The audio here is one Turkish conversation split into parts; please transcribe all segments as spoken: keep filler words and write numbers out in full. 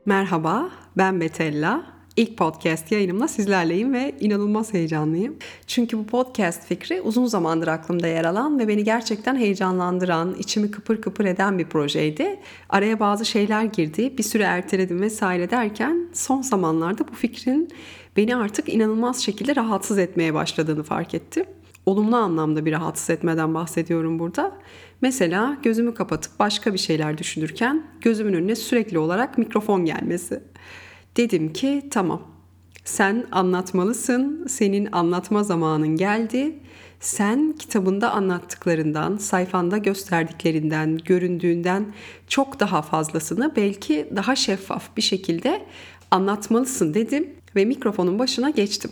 Merhaba, ben Betella. İlk podcast yayınımla sizlerleyim ve inanılmaz heyecanlıyım. Çünkü bu podcast fikri uzun zamandır aklımda yer alan ve beni gerçekten heyecanlandıran, içimi kıpır kıpır eden bir projeydi. Araya bazı şeyler girdi, bir süre erteledim vesaire derken son zamanlarda bu fikrin beni artık inanılmaz şekilde rahatsız etmeye başladığını fark ettim. Olumlu anlamda bir rahatsız etmeden bahsediyorum burada. Mesela gözümü kapatıp başka bir şeyler düşünürken gözümün önüne sürekli olarak mikrofon gelmesi. Dedim ki tamam, sen anlatmalısın, senin anlatma zamanın geldi. Sen kitabında anlattıklarından, sayfanda gösterdiklerinden, göründüğünden çok daha fazlasını belki daha şeffaf bir şekilde anlatmalısın dedim ve mikrofonun başına geçtim.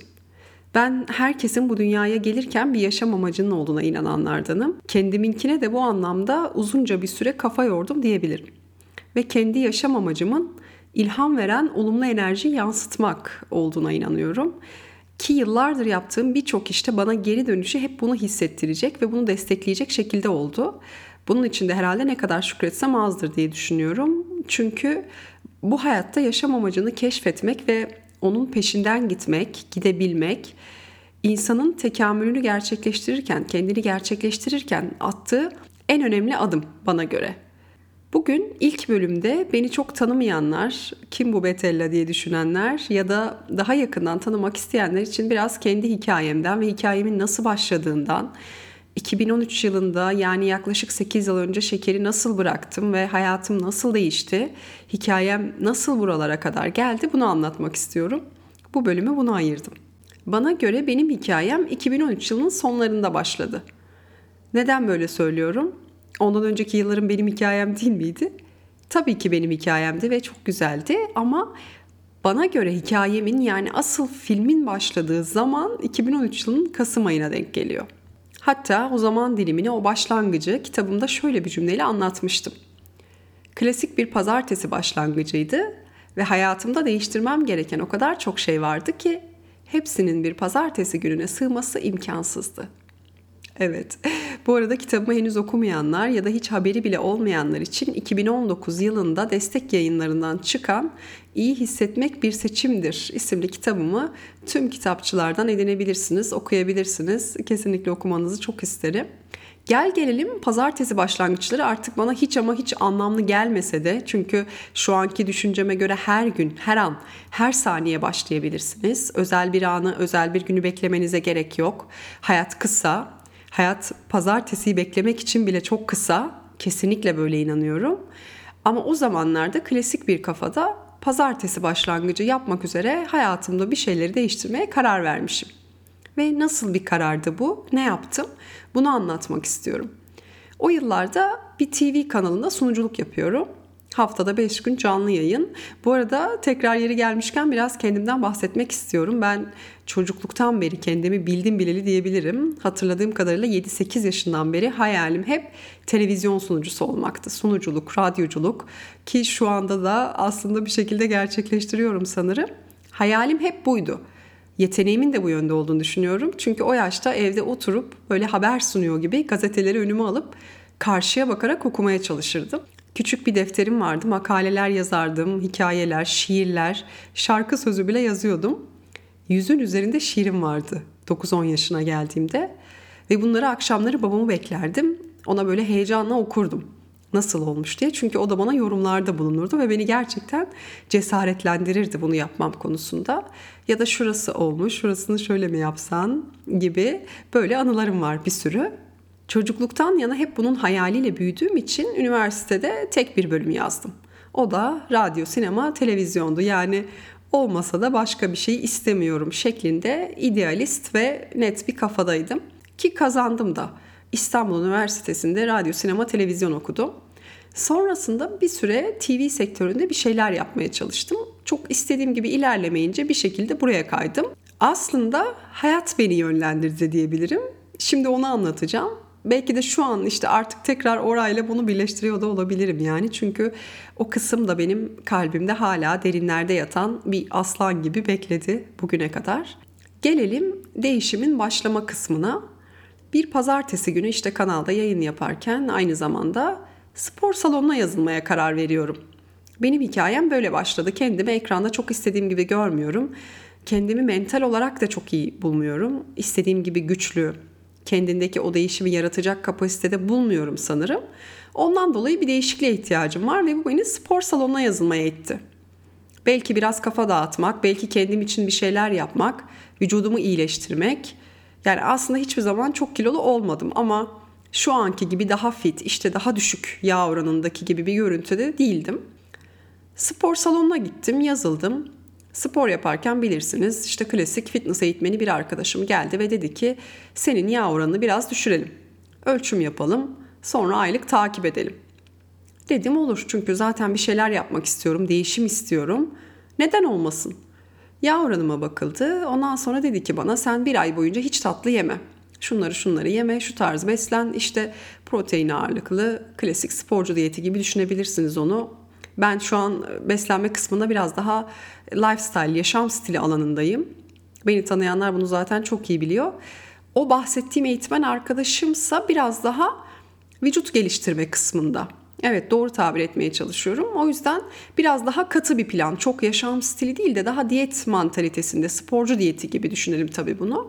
Ben herkesin bu dünyaya gelirken bir yaşam amacının olduğuna inananlardanım. Kendiminkine de bu anlamda uzunca bir süre kafa yordum diyebilirim. Ve kendi yaşam amacımın ilham veren olumlu enerjiyi yansıtmak olduğuna inanıyorum. Ki yıllardır yaptığım birçok işte bana geri dönüşü hep bunu hissettirecek ve bunu destekleyecek şekilde oldu. Bunun için de herhalde ne kadar şükretsem azdır diye düşünüyorum. Çünkü bu hayatta yaşam amacını keşfetmek ve onun peşinden gitmek, gidebilmek, insanın tekamülünü gerçekleştirirken, kendini gerçekleştirirken attığı en önemli adım bana göre. Bugün ilk bölümde beni çok tanımayanlar, kim bu Betella diye düşünenler ya da daha yakından tanımak isteyenler için biraz kendi hikayemden ve hikayemin nasıl başladığından, iki bin on üç yılında yani yaklaşık sekiz yıl önce şekeri nasıl bıraktım ve hayatım nasıl değişti, hikayem nasıl buralara kadar geldi bunu anlatmak istiyorum. Bu bölümü buna ayırdım. Bana göre benim hikayem iki bin on üç yılının sonlarında başladı. Neden böyle söylüyorum? Ondan önceki yıllarım benim hikayem değil miydi? Tabii ki benim hikayemdi ve çok güzeldi ama bana göre hikayemin yani asıl filmin başladığı zaman iki bin on üç yılının Kasım ayına denk geliyor. Hatta o zaman dilimini, o başlangıcı kitabımda şöyle bir cümleyle anlatmıştım. Klasik bir pazartesi başlangıcıydı ve hayatımda değiştirmem gereken o kadar çok şey vardı ki hepsinin bir pazartesi gününe sığması imkansızdı. Evet, bu arada kitabımı henüz okumayanlar ya da hiç haberi bile olmayanlar için iki bin on dokuz yılında Destek Yayınları'ndan çıkan İyi Hissetmek Bir Seçimdir isimli kitabımı tüm kitapçılardan edinebilirsiniz, okuyabilirsiniz. Kesinlikle okumanızı çok isterim. Gel gelelim pazartesi başlangıçları artık bana hiç ama hiç anlamlı gelmese de çünkü şu anki düşünceme göre her gün, her an, her saniye başlayabilirsiniz. Özel bir anı, özel bir günü beklemenize gerek yok. Hayat kısa. Hayat pazartesiyi beklemek için bile çok kısa. Kesinlikle böyle inanıyorum. Ama o zamanlarda klasik bir kafada pazartesi başlangıcı yapmak üzere hayatımda bir şeyleri değiştirmeye karar vermişim. Ve nasıl bir karardı bu? Ne yaptım? Bunu anlatmak istiyorum. O yıllarda bir T V kanalında sunuculuk yapıyorum. Haftada beş gün canlı yayın. Bu arada tekrar yeri gelmişken biraz kendimden bahsetmek istiyorum. Ben çocukluktan beri kendimi bildim bileli diyebilirim. Hatırladığım kadarıyla yedi sekiz yaşından beri hayalim hep televizyon sunucusu olmaktı. Sunuculuk, radyoculuk ki şu anda da aslında bir şekilde gerçekleştiriyorum sanırım. Hayalim hep buydu. Yeteneğimin de bu yönde olduğunu düşünüyorum. Çünkü o yaşta evde oturup böyle haber sunuyor gibi gazeteleri önüme alıp karşıya bakarak okumaya çalışırdım. Küçük bir defterim vardı, makaleler yazardım, hikayeler, şiirler, şarkı sözü bile yazıyordum. Yüzün üzerinde şiirim vardı dokuz on yaşına geldiğimde. Ve bunları akşamları babamı beklerdim. Ona böyle heyecanla okurdum. Nasıl olmuş diye. Çünkü o da bana yorumlarda bulunurdu ve beni gerçekten cesaretlendirirdi bunu yapmam konusunda. Ya da şurası olmuş, şurasını şöyle mi yapsan gibi böyle anılarım var bir sürü. Çocukluktan yana hep bunun hayaliyle büyüdüğüm için üniversitede tek bir bölüm yazdım. O da radyo, sinema, televizyondu. Yani olmasa da başka bir şey istemiyorum şeklinde idealist ve net bir kafadaydım. Ki kazandım da. İstanbul Üniversitesi'nde radyo, sinema, televizyon okudum. Sonrasında bir süre T V sektöründe bir şeyler yapmaya çalıştım. Çok istediğim gibi ilerlemeyince bir şekilde buraya kaydım. Aslında hayat beni yönlendirdi diyebilirim. Şimdi onu anlatacağım. Belki de şu an işte artık tekrar orayla bunu birleştiriyor da olabilirim yani. Çünkü o kısım da benim kalbimde hala derinlerde yatan bir aslan gibi bekledi bugüne kadar. Gelelim değişimin başlama kısmına. Bir pazartesi günü işte kanalda yayın yaparken aynı zamanda spor salonuna yazılmaya karar veriyorum. Benim hikayem böyle başladı. Kendimi ekranda çok istediğim gibi görmüyorum. Kendimi mental olarak da çok iyi bulmuyorum. İstediğim gibi güçlü, kendindeki o değişimi yaratacak kapasitede bulmuyorum sanırım. Ondan dolayı bir değişikliğe ihtiyacım var ve bu beni spor salonuna yazılmaya itti. Belki biraz kafa dağıtmak, belki kendim için bir şeyler yapmak, vücudumu iyileştirmek. Yani aslında hiçbir zaman çok kilolu olmadım ama şu anki gibi daha fit, işte daha düşük yağ oranındaki gibi bir görüntüde değildim. Spor salonuna gittim, yazıldım. Spor yaparken bilirsiniz işte klasik fitness eğitmeni bir arkadaşım geldi ve dedi ki senin yağ oranını biraz düşürelim. Ölçüm yapalım, sonra aylık takip edelim. Dedim olur çünkü zaten bir şeyler yapmak istiyorum, değişim istiyorum. Neden olmasın? Yağ oranıma bakıldı. Ondan sonra dedi ki bana sen bir ay boyunca hiç tatlı yeme. Şunları şunları yeme, şu tarz beslen. İşte protein ağırlıklı klasik sporcu diyeti gibi düşünebilirsiniz onu. Ben şu an beslenme kısmında biraz daha lifestyle, yaşam stili alanındayım. Beni tanıyanlar bunu zaten çok iyi biliyor. O bahsettiğim eğitmen arkadaşımsa biraz daha vücut geliştirme kısmında. Evet, doğru tabir etmeye çalışıyorum. O yüzden biraz daha katı bir plan. Çok yaşam stili değil de daha diyet mantalitesinde, sporcu diyeti gibi düşünelim tabii bunu.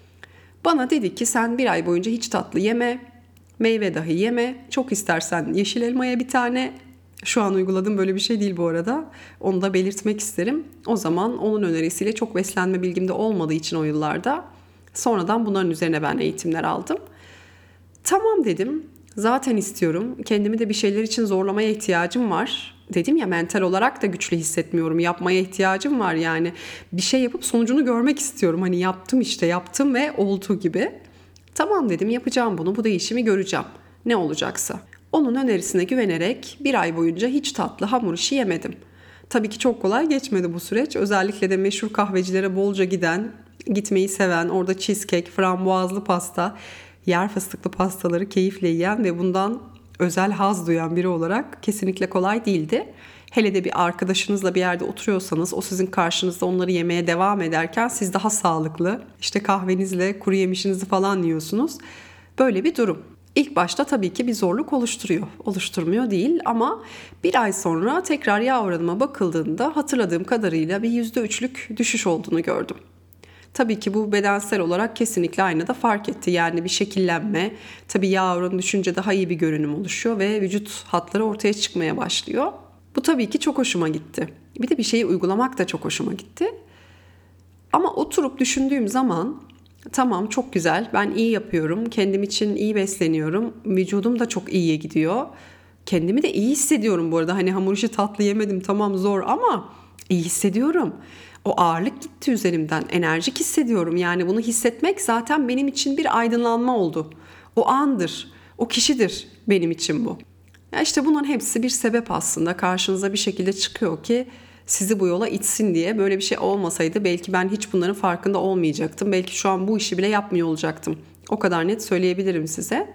Bana dedi ki sen bir ay boyunca hiç tatlı yeme, meyve dahi yeme. Çok istersen yeşil elmaya bir tane. Şu an uyguladığım böyle bir şey değil bu arada. Onu da belirtmek isterim. O zaman onun önerisiyle çok beslenme bilgim de olmadığı için o yıllarda sonradan bunların üzerine ben eğitimler aldım. Tamam dedim. Zaten istiyorum. Kendimi de bir şeyler için zorlamaya ihtiyacım var. Dedim ya mental olarak da güçlü hissetmiyorum. Yapmaya ihtiyacım var yani. Bir şey yapıp sonucunu görmek istiyorum. Hani yaptım işte yaptım ve olduğu gibi. Tamam dedim yapacağım bunu. Bu değişimi göreceğim. Ne olacaksa. Onun önerisine güvenerek bir ay boyunca hiç tatlı hamur işi yemedim. Tabii ki çok kolay geçmedi bu süreç. Özellikle de meşhur kahvecilere bolca giden, gitmeyi seven, orada cheesecake, frambuazlı pasta, yer fıstıklı pastaları keyifle yiyen ve bundan özel haz duyan biri olarak kesinlikle kolay değildi. Hele de bir arkadaşınızla bir yerde oturuyorsanız o sizin karşınızda onları yemeye devam ederken siz daha sağlıklı işte kahvenizle kuru yemişinizi falan yiyorsunuz. Böyle bir durum. İlk başta tabii ki bir zorluk oluşturuyor. Oluşturmuyor değil ama bir ay sonra tekrar yağ oranıma bakıldığında hatırladığım kadarıyla bir yüzde üçlük düşüş olduğunu gördüm. Tabii ki bu bedensel olarak kesinlikle aynada fark etti. Yani bir şekillenme, tabii yağ oranı düşünce daha iyi bir görünüm oluşuyor ve vücut hatları ortaya çıkmaya başlıyor. Bu tabii ki çok hoşuma gitti. Bir de bir şeyi uygulamak da çok hoşuma gitti. Ama oturup düşündüğüm zaman tamam çok güzel, ben iyi yapıyorum, kendim için iyi besleniyorum, vücudum da çok iyiye gidiyor. Kendimi de iyi hissediyorum bu arada. Hani hamur işi tatlı yemedim tamam zor ama iyi hissediyorum. O ağırlık gitti üzerimden, enerjik hissediyorum. Yani bunu hissetmek zaten benim için bir aydınlanma oldu. O andır, o kişidir benim için bu. Ya işte bunların hepsi bir sebep aslında. Karşınıza bir şekilde çıkıyor ki sizi bu yola itsin diye. Böyle bir şey olmasaydı belki ben hiç bunların farkında olmayacaktım. Belki şu an bu işi bile yapmıyor olacaktım. O kadar net söyleyebilirim size.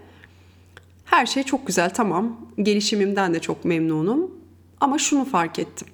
Her şey çok güzel tamam. Gelişimimden de çok memnunum. Ama şunu fark ettim.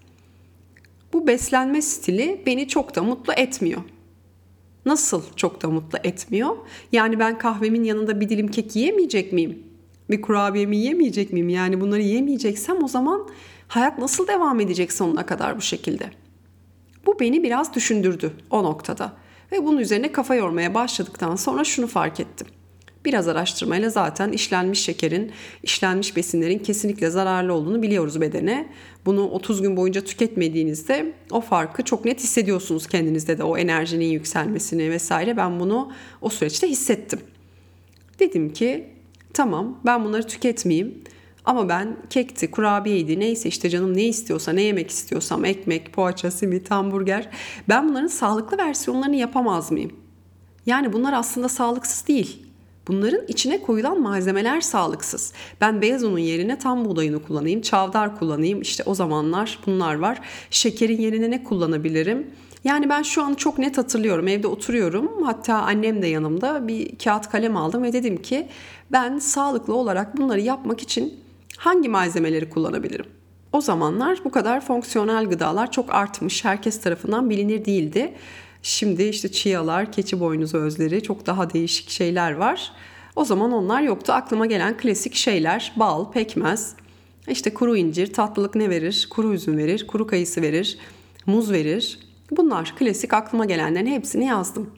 Bu beslenme stili beni çok da mutlu etmiyor. Nasıl çok da mutlu etmiyor? Yani ben kahvemin yanında bir dilim kek yiyemeyecek miyim? Bir kurabiyemi yiyemeyecek miyim? Yani bunları yiyemeyeceksem o zaman hayat nasıl devam edecek sonuna kadar bu şekilde? Bu beni biraz düşündürdü o noktada. Ve bunun üzerine kafa yormaya başladıktan sonra şunu fark ettim. Biraz araştırmayla zaten işlenmiş şekerin, işlenmiş besinlerin kesinlikle zararlı olduğunu biliyoruz bedene. Bunu otuz gün boyunca tüketmediğinizde o farkı çok net hissediyorsunuz kendinizde de o enerjinin yükselmesini vesaire. Ben bunu o süreçte hissettim. Dedim ki tamam ben bunları tüketmeyeyim ama ben kekti, kurabiyeydi neyse işte canım ne istiyorsa ne yemek istiyorsam ekmek, poğaça, simit, hamburger ben bunların sağlıklı versiyonlarını yapamaz mıyım? Yani bunlar aslında sağlıksız değil. Bunların içine koyulan malzemeler sağlıksız. Ben beyaz unun yerine tam buğdayını kullanayım, çavdar kullanayım. İşte o zamanlar bunlar var. Şekerin yerine ne kullanabilirim? Yani ben şu an çok net hatırlıyorum. Evde oturuyorum. Hatta annem de yanımda bir kağıt kalem aldım ve dedim ki ben sağlıklı olarak bunları yapmak için hangi malzemeleri kullanabilirim? O zamanlar bu kadar fonksiyonel gıdalar çok artmış. Herkes tarafından bilinir değildi. Şimdi işte chialar, keçi boynuzu özleri çok daha değişik şeyler var. O zaman onlar yoktu. Aklıma gelen klasik şeyler bal, pekmez, İşte kuru incir, tatlılık ne verir? Kuru üzüm verir, kuru kayısı verir, muz verir. Bunlar klasik aklıma gelenlerin hepsini yazdım.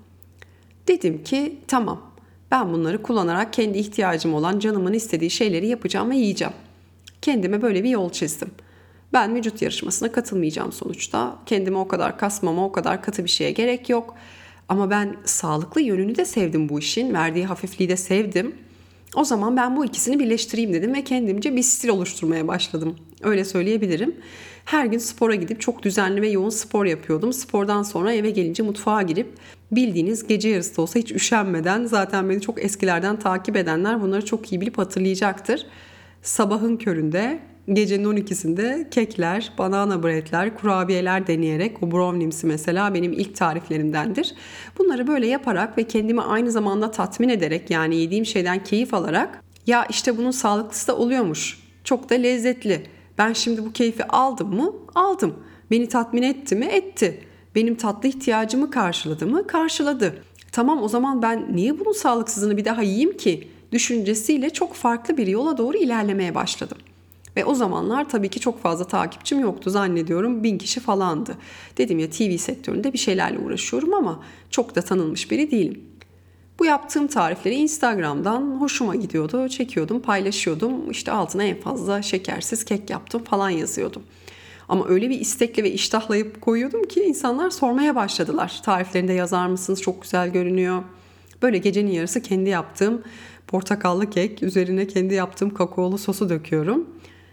Dedim ki tamam, ben bunları kullanarak kendi ihtiyacım olan, canımın istediği şeyleri yapacağım ve yiyeceğim. Kendime böyle bir yol çizdim. Ben vücut yarışmasına katılmayacağım sonuçta. Kendimi o kadar kasmama, o kadar katı bir şeye gerek yok. Ama ben sağlıklı yönünü de sevdim bu işin. Verdiği hafifliği de sevdim. O zaman ben bu ikisini birleştireyim dedim ve kendimce bir stil oluşturmaya başladım. Öyle söyleyebilirim. Her gün spora gidip çok düzenli ve yoğun spor yapıyordum. Spordan sonra eve gelince mutfağa girip bildiğiniz gece yarısı da olsa hiç üşenmeden, zaten beni çok eskilerden takip edenler bunları çok iyi bilip hatırlayacaktır. Sabahın köründe, gecenin on ikisinde kekler, banana breadler, kurabiyeler deneyerek, o brownies'i mesela benim ilk tariflerimdendir. Bunları böyle yaparak ve kendimi aynı zamanda tatmin ederek, yani yediğim şeyden keyif alarak, ya işte bunun sağlıklısı da oluyormuş, çok da lezzetli. Ben şimdi bu keyfi aldım mı? Aldım. Beni tatmin etti mi? Etti. Benim tatlı ihtiyacımı karşıladı mı? Karşıladı. Tamam, o zaman ben niye bunun sağlıksızını bir daha yiyeyim ki? Düşüncesiyle çok farklı bir yola doğru ilerlemeye başladım. Ve o zamanlar tabii ki çok fazla takipçim yoktu, zannediyorum bin kişi falandı. Dedim ya, T V sektöründe bir şeylerle uğraşıyorum ama çok da tanınmış biri değilim. Bu yaptığım tarifleri Instagram'dan hoşuma gidiyordu, çekiyordum, paylaşıyordum. İşte altına en fazla şekersiz kek yaptım falan yazıyordum. Ama öyle bir istekle ve iştahlayıp koyuyordum ki insanlar sormaya başladılar. Tariflerinde yazar mısınız? Çok güzel görünüyor. Böyle gecenin yarısı kendi yaptığım portakallı kek, üzerine kendi yaptığım kakaolu sosu döküyorum.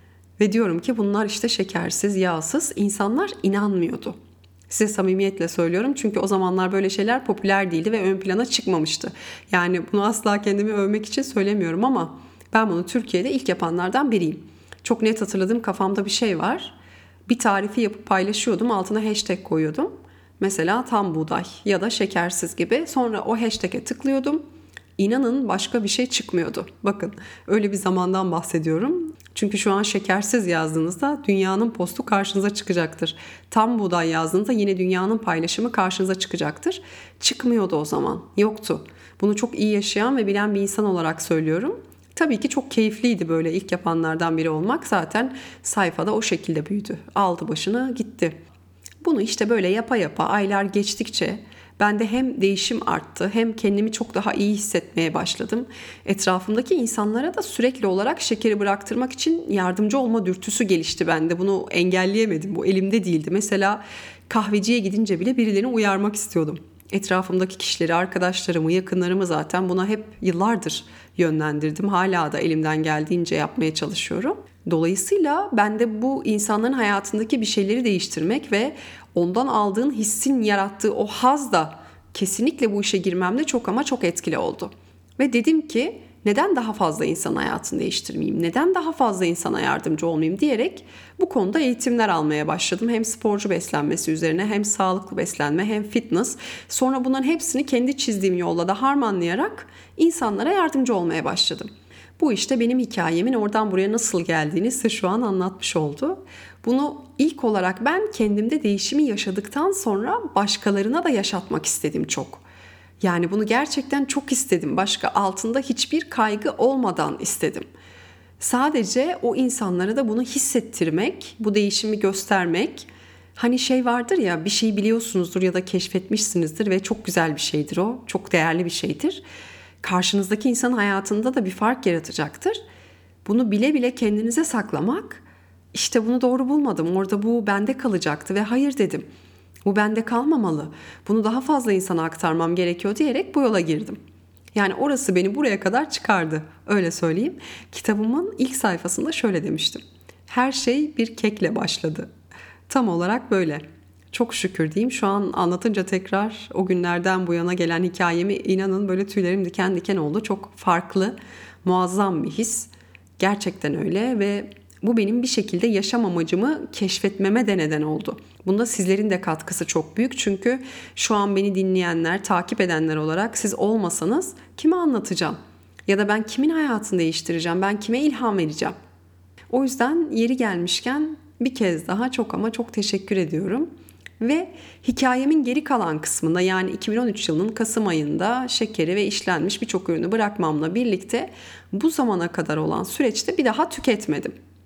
Ve diyorum ki bunlar işte şekersiz, yağsız. İnsanlar inanmıyordu. Size samimiyetle söylüyorum, çünkü o zamanlar böyle şeyler popüler değildi ve ön plana çıkmamıştı. Yani bunu asla kendimi övmek için söylemiyorum ama ben bunu Türkiye'de ilk yapanlardan biriyim. Çok net hatırladığım kafamda bir şey var. Bir tarifi yapıp paylaşıyordum, altına hashtag koyuyordum. Mesela tam buğday ya da şekersiz gibi. Sonra o hashtag'e tıklıyordum. İnanın başka bir şey çıkmıyordu. Bakın, öyle bir zamandan bahsediyorum. Çünkü şu an şekersiz yazdığınızda dünyanın postu karşınıza çıkacaktır. Tam buğday yazdığınızda yine dünyanın paylaşımı karşınıza çıkacaktır. Çıkmıyordu o zaman. Yoktu. Bunu çok iyi yaşayan ve bilen bir insan olarak söylüyorum. Tabii ki çok keyifliydi böyle ilk yapanlardan biri olmak. Zaten sayfada o şekilde büyüdü. Aldı başını gitti. Bunu işte böyle yapa yapa aylar geçtikçe bende hem değişim arttı, hem kendimi çok daha iyi hissetmeye başladım. Etrafımdaki insanlara da sürekli olarak şekeri bıraktırmak için yardımcı olma dürtüsü gelişti bende. Bunu engelleyemedim. Bu elimde değildi. Mesela kahveciye gidince bile birilerini uyarmak istiyordum. Etrafımdaki kişileri, arkadaşlarımı, yakınlarımı zaten buna hep yıllardır yönlendirdim. Hala da elimden geldiğince yapmaya çalışıyorum. Dolayısıyla ben de bu insanların hayatındaki bir şeyleri değiştirmek ve ondan aldığın hissin yarattığı o haz da kesinlikle bu işe girmemde çok ama çok etkili oldu. Ve dedim ki neden daha fazla insan hayatını değiştirmeyeyim, neden daha fazla insana yardımcı olmayayım diyerek bu konuda eğitimler almaya başladım. Hem sporcu beslenmesi üzerine, hem sağlıklı beslenme, hem fitness. Sonra bunların hepsini kendi çizdiğim yolla da harmanlayarak insanlara yardımcı olmaya başladım. Bu işte benim hikayemin oradan buraya nasıl geldiğini size şu an anlatmış oldu. Bunu ilk olarak ben kendimde değişimi yaşadıktan sonra başkalarına da yaşatmak istedim çok. Yani bunu gerçekten çok istedim. Başka altında hiçbir kaygı olmadan istedim. Sadece o insanlara da bunu hissettirmek, bu değişimi göstermek. Hani şey vardır ya, bir şey biliyorsunuzdur ya da keşfetmişsinizdir ve çok güzel bir şeydir o, çok değerli bir şeydir. Karşınızdaki insanın hayatında da bir fark yaratacaktır. Bunu bile bile kendinize saklamak, işte bunu doğru bulmadım. Orada bu bende kalacaktı ve hayır dedim. Bu bende kalmamalı. Bunu daha fazla insana aktarmam gerekiyor diyerek bu yola girdim. Yani orası beni buraya kadar çıkardı. Öyle söyleyeyim. Kitabımın ilk sayfasında şöyle demiştim. Her şey bir kekle başladı. Tam olarak böyle. Çok şükür diyeyim, şu an anlatınca tekrar o günlerden bu yana gelen hikayemi, inanın böyle tüylerim diken diken oldu. Çok farklı, muazzam bir his. Gerçekten öyle ve bu benim bir şekilde yaşam amacımı keşfetmeme de neden oldu. Bunda sizlerin de katkısı çok büyük. Çünkü şu an beni dinleyenler, takip edenler olarak siz olmasanız kime anlatacağım? Ya da ben kimin hayatını değiştireceğim? Ben kime ilham vereceğim? O yüzden yeri gelmişken bir kez daha çok ama çok teşekkür ediyorum. Ve hikayemin geri kalan kısmında, yani iki bin on üç yılının Kasım ayında şekeri ve işlenmiş birçok ürünü bırakmamla birlikte bu zamana kadar olan süreçte bir daha tüketmedim.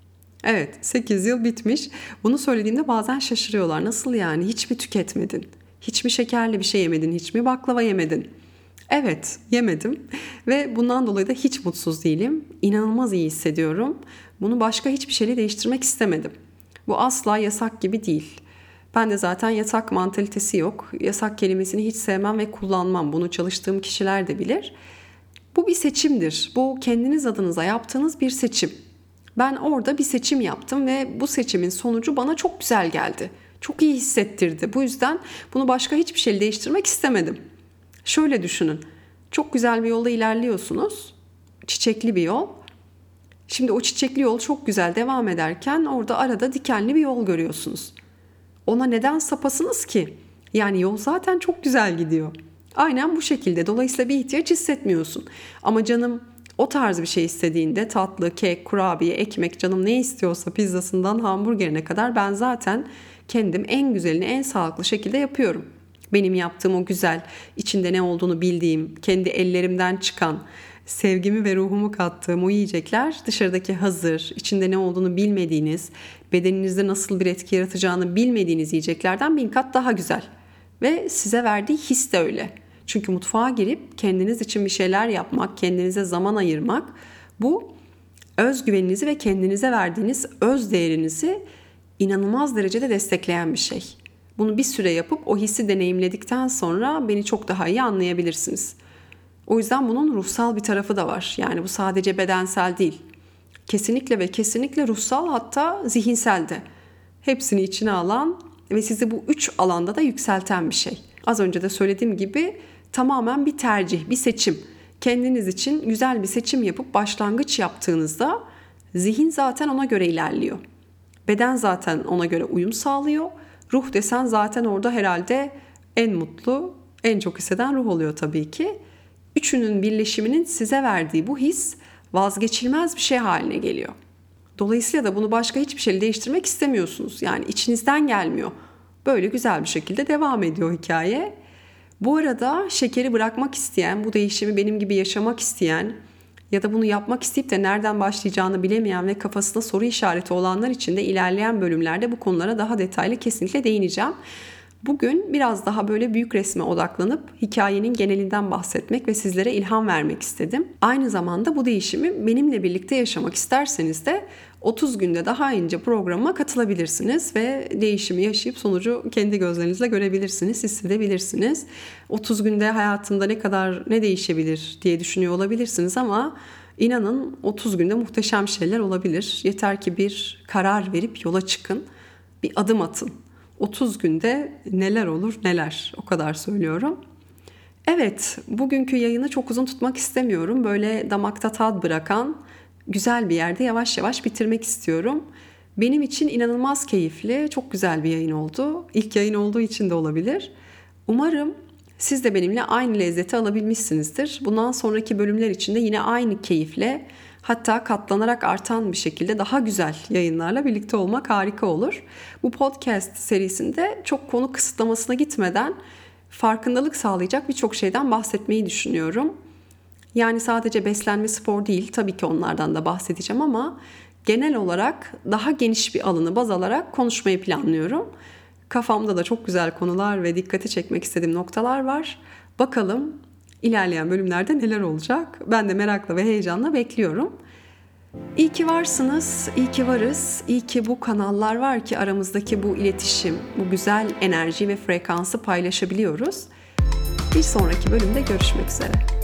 Evet, sekiz yıl bitmiş. Bunu söylediğimde bazen şaşırıyorlar. Nasıl yani? Hiç mi tüketmedin? Hiç mi şekerli bir şey yemedin? Hiç mi baklava yemedin? Evet, yemedim ve bundan dolayı da hiç mutsuz değilim. İnanılmaz iyi hissediyorum. Bunu başka hiçbir şeyle değiştirmek istemedim. Bu asla yasak gibi değil. Ben de zaten yasak mantalitesi yok. Yasak kelimesini hiç sevmem ve kullanmam. Bunu çalıştığım kişiler de bilir. Bu bir seçimdir. Bu kendiniz adınıza yaptığınız bir seçim. Ben orada bir seçim yaptım ve bu seçimin sonucu bana çok güzel geldi. Çok iyi hissettirdi. Bu yüzden bunu başka hiçbir şeyle değiştirmek istemedim. Şöyle düşünün. Çok güzel bir yolda ilerliyorsunuz. Çiçekli bir yol. Şimdi o çiçekli yol çok güzel devam ederken orada arada dikenli bir yol görüyorsunuz. Ona neden sapasınız ki? Yani yol zaten çok güzel gidiyor. Aynen bu şekilde. Dolayısıyla bir ihtiyaç hissetmiyorsun. Ama canım o tarz bir şey istediğinde tatlı, kek, kurabiye, ekmek, canım ne istiyorsa pizzasından hamburgerine kadar ben zaten kendim en güzelini en sağlıklı şekilde yapıyorum. Benim yaptığım o güzel, içinde ne olduğunu bildiğim, kendi ellerimden çıkan, sevgimi ve ruhumu kattığım o yiyecekler dışarıdaki hazır, içinde ne olduğunu bilmediğiniz, bedeninizde nasıl bir etki yaratacağını bilmediğiniz yiyeceklerden bin kat daha güzel. Ve size verdiği his de öyle. Çünkü mutfağa girip kendiniz için bir şeyler yapmak, kendinize zaman ayırmak, bu özgüveninizi ve kendinize verdiğiniz öz değerinizi inanılmaz derecede destekleyen bir şey. Bunu bir süre yapıp o hissi deneyimledikten sonra beni çok daha iyi anlayabilirsiniz. O yüzden bunun ruhsal bir tarafı da var. Yani bu sadece bedensel değil. Kesinlikle ve kesinlikle ruhsal, hatta zihinsel de. Hepsini içine alan ve sizi bu üç alanda da yükselten bir şey. Az önce de söylediğim gibi tamamen bir tercih, bir seçim. Kendiniz için güzel bir seçim yapıp başlangıç yaptığınızda zihin zaten ona göre ilerliyor. Beden zaten ona göre uyum sağlıyor. Ruh desen zaten orada herhalde en mutlu, en çok hisseden ruh oluyor tabii ki. Üçünün birleşiminin size verdiği bu his vazgeçilmez bir şey haline geliyor. Dolayısıyla da bunu başka hiçbir şeyle değiştirmek istemiyorsunuz. Yani içinizden gelmiyor. Böyle güzel bir şekilde devam ediyor hikaye. Bu arada şekeri bırakmak isteyen, bu değişimi benim gibi yaşamak isteyen ya da bunu yapmak isteyip de nereden başlayacağını bilemeyen ve kafasında soru işareti olanlar için de ilerleyen bölümlerde bu konulara daha detaylı kesinlikle değineceğim. Bugün biraz daha böyle büyük resme odaklanıp hikayenin genelinden bahsetmek ve sizlere ilham vermek istedim. Aynı zamanda bu değişimi benimle birlikte yaşamak isterseniz de otuz günde daha ince programa katılabilirsiniz ve değişimi yaşayıp sonucu kendi gözlerinizle görebilirsiniz, hissedebilirsiniz. otuz günde hayatımda ne kadar ne değişebilir diye düşünüyor olabilirsiniz ama inanın otuz günde muhteşem şeyler olabilir. Yeter ki bir karar verip yola çıkın, bir adım atın. otuz günde neler olur neler, o kadar söylüyorum. Evet, bugünkü yayını çok uzun tutmak istemiyorum. Böyle damakta tat bırakan güzel bir yerde yavaş yavaş bitirmek istiyorum. Benim için inanılmaz keyifli, çok güzel bir yayın oldu. İlk yayın olduğu için de olabilir. Umarım siz de benimle aynı lezzeti alabilmişsinizdir. Bundan sonraki bölümler için de yine aynı keyifle, hatta katlanarak artan bir şekilde daha güzel yayınlarla birlikte olmak harika olur. Bu podcast serisinde çok konu kısıtlamasına gitmeden farkındalık sağlayacak birçok şeyden bahsetmeyi düşünüyorum. Yani sadece beslenme, spor değil, tabii ki onlardan da bahsedeceğim ama genel olarak daha geniş bir alanı baz alarak konuşmayı planlıyorum. Kafamda da çok güzel konular ve dikkati çekmek istediğim noktalar var. Bakalım ilerleyen bölümlerde neler olacak? Ben de merakla ve heyecanla bekliyorum. İyi ki varsınız, iyi ki varız, iyi ki bu kanallar var ki aramızdaki bu iletişim, bu güzel enerji ve frekansı paylaşabiliyoruz. Bir sonraki bölümde görüşmek üzere.